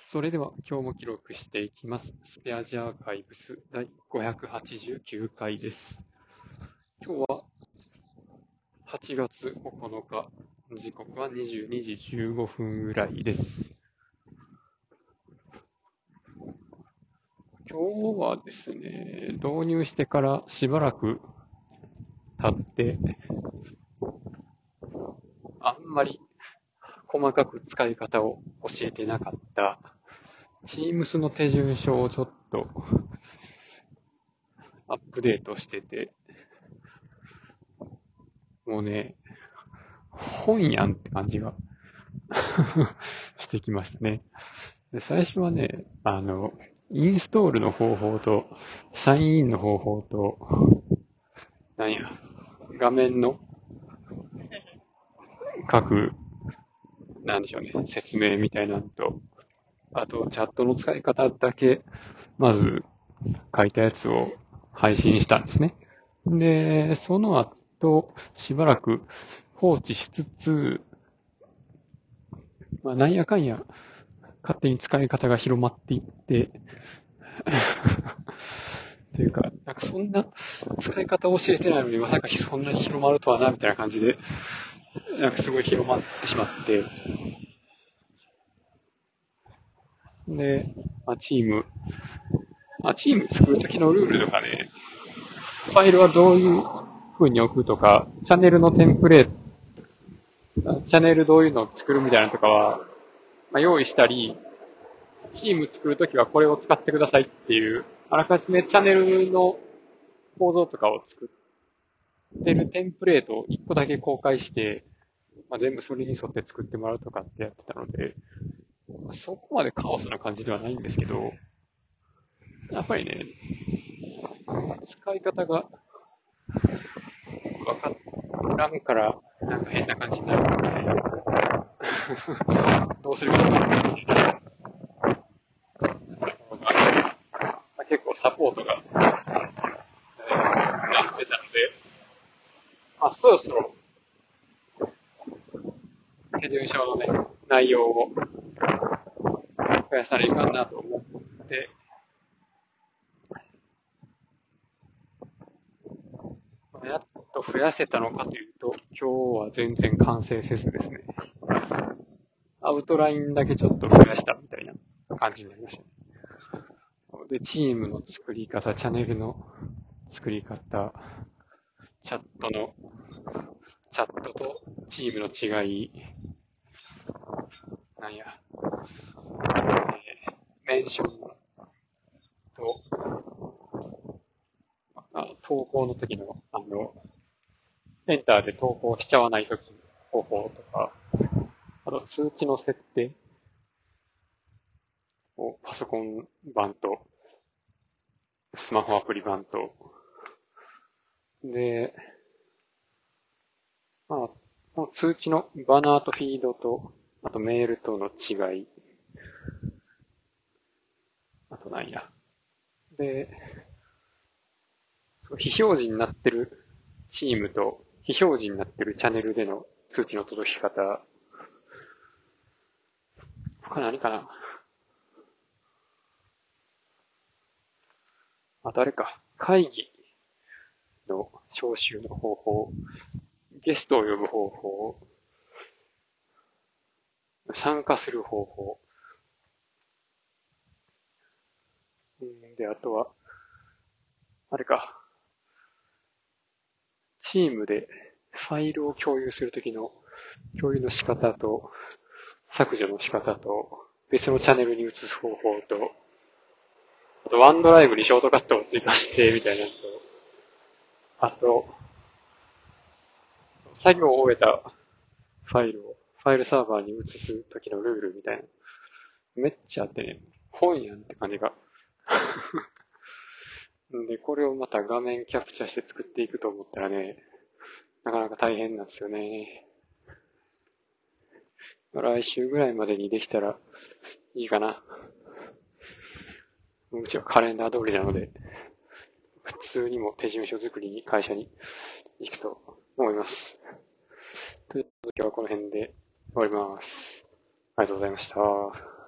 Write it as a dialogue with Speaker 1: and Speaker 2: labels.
Speaker 1: それでは今日も記録していきます。スペアジアーカイブス第589回です。今日は8月9日、時刻は22時15分ぐらいです。今日はですね、導入してからしばらく経って、あんまり細かく使い方を教えてなかった Teams の手順書をちょっとアップデートしてて、もうね、本やんって感じがしてきましたね。で、最初はね、インストールの方法と、サインインの方法と、なんや、画面の各、なんでしょうね、説明みたいなのと、あと、チャットの使い方だけ、まず書いたやつを配信したんですね。で、その後、しばらく放置しつつ、なんやかんや、勝手に使い方が広まっていって、というか、なんかそんな使い方を教えてないのにまさかそんなに広まるとはな、みたいな感じで、なんかすごい広まってしまって、で、チーム作るときのルールとかね、ファイルはどういう風に置くとか、チャンネルのテンプレート、チャンネルどういうのを作るみたいなのとかは、用意したり、チーム作るときはこれを使ってくださいっていう、あらかじめチャンネルの構造とかを作ってるテンプレートを1個だけ公開して、全部それに沿って作ってもらうとかってやってたので、そこまでカオスな感じではないんですけど、やっぱりね、使い方がわからんから、なんか変な感じになるので、どうするかというところが、結構サポートが、なってたので、そろそろ手順書のね、内容を増やさないかなと思って、やっと増やせたのかというと、今日は全然完成せずですね。アウトラインだけちょっと増やしたみたいな感じになりましたね。で、チームの作り方、チャンネルの作り方、チャットの、チャットとチームの違い、なんや、メンションと、投稿の時の、エンターで投稿しちゃわない時の方法とか、あと通知の設定をパソコン版とスマホアプリ版と、で、通知のバナーとフィードと、あとメールとの違い、あとなんや。で、非表示になってるチームと非表示になってるチャンネルでの通知の届き方、他何かな。あれか。会議の招集の方法、ゲストを呼ぶ方法、参加する方法。で、あとは、あれか。チームでファイルを共有するときの共有の仕方と、削除の仕方と、別のチャンネルに移す方法と、あとワンドライブにショートカットを追加して、みたいなのと、あと、作業を終えたファイルをファイルサーバーに移すときのルールみたいな。めっちゃあってね、本やんって感じが。で、これをまた画面キャプチャーして作っていくと思ったらね、なかなか大変なんですよね。来週ぐらいまでにできたらいいかな。うちはカレンダー通りなので、普通にも手順書作りに会社に行くと思います。ということで今日はこの辺で終わります。ありがとうございました。